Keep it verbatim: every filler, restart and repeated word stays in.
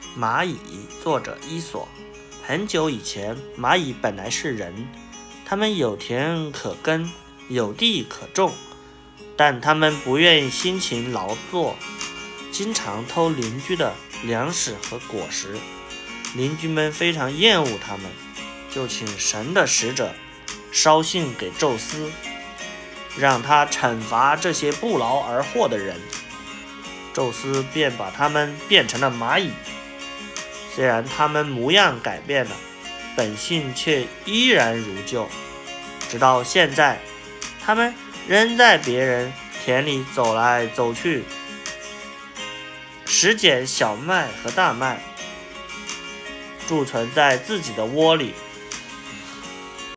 蚂蚁，作者伊索。很久以前，蚂蚁本来是人，它们有田可耕，有地可种，但它们不愿意辛勤劳作，经常偷邻居的粮食和果实。邻居们非常厌恶它们，就请神的使者捎信给宙斯，让他惩罚这些不劳而获的人。宙斯便把他们变成了蚂蚁，虽然他们模样改变了，本性却依然如旧。直到现在，他们仍在别人田里走来走去，拾捡小麦和大麦，贮存在自己的窝里。